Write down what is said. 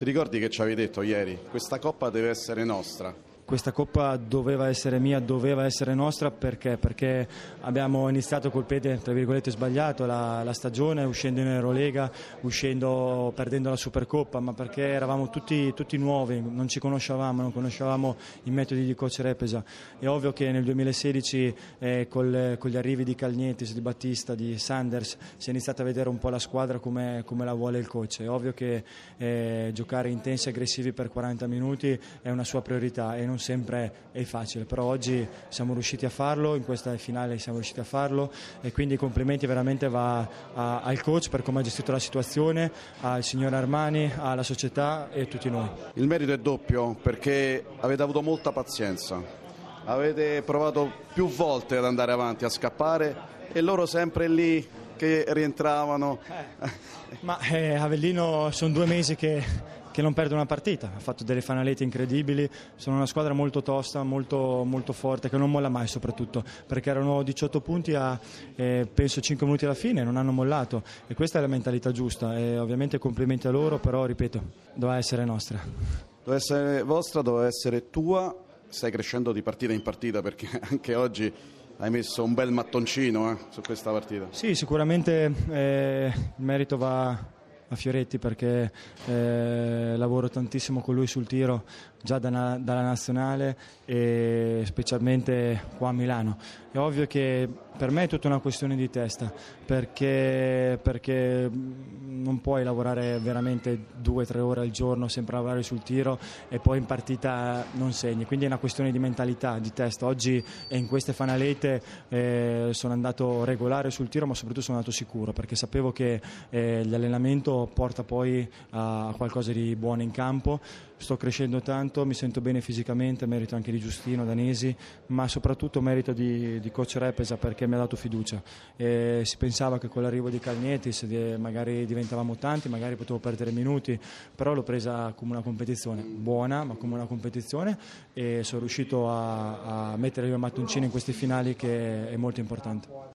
Ti ricordi che ci avevi detto ieri? Questa coppa deve essere nostra. Questa Coppa doveva essere mia, doveva essere nostra perché abbiamo iniziato col piede tra virgolette sbagliato la stagione, uscendo in Eurolega, perdendo la Supercoppa, ma perché eravamo tutti nuovi, non ci conoscevamo, non conoscevamo i metodi di coach Repesa. È ovvio che nel 2016 con gli arrivi di Kalnietis, di Battista, di Sanders si è iniziato a vedere un po' la squadra come la vuole il coach. È ovvio che giocare intensi e aggressivi per 40 minuti è una sua priorità e non sempre è facile, però oggi siamo riusciti a farlo, in questa finale siamo riusciti a farlo e quindi i complimenti veramente al coach per come ha gestito la situazione, al signor Armani, alla società e a tutti noi. Il merito è doppio perché avete avuto molta pazienza, avete provato più volte ad andare avanti, a scappare e loro sempre lì che rientravano. Ma Avellino sono 2 mesi che non perde una partita, ha fatto delle fanalette incredibili, sono una squadra molto tosta, molto forte, che non molla mai soprattutto, perché erano 18 punti a penso 5 minuti alla fine, non hanno mollato e questa è la mentalità giusta e ovviamente complimenti a loro, però ripeto, doveva essere nostra. Doveva essere vostra, doveva essere tua, stai crescendo di partita in partita perché anche oggi hai messo un bel mattoncino su questa partita. Sì, sicuramente il merito va a Fioretti perché lavoro tantissimo con lui sul tiro già dalla nazionale e specialmente qua a Milano. È ovvio che per me è tutta una questione di testa perché non puoi lavorare veramente 2-3 ore al giorno sempre lavorare sul tiro e poi in partita non segni, quindi è una questione di mentalità, di testa. Oggi in queste fanalette sono andato regolare sul tiro ma soprattutto sono andato sicuro perché sapevo che l'allenamento porta poi a qualcosa di buono in campo. Sto crescendo tanto, mi sento bene fisicamente, merito anche di Giustino, Danesi, ma soprattutto merito di coach Repesa perché mi ha dato fiducia. Si pensava che con l'arrivo di Kalnietis magari diventavamo tanti, magari potevo perdere minuti, però l'ho presa come una competizione buona, ma come una competizione e sono riuscito a mettere il mattoncino in questi finali che è molto importante.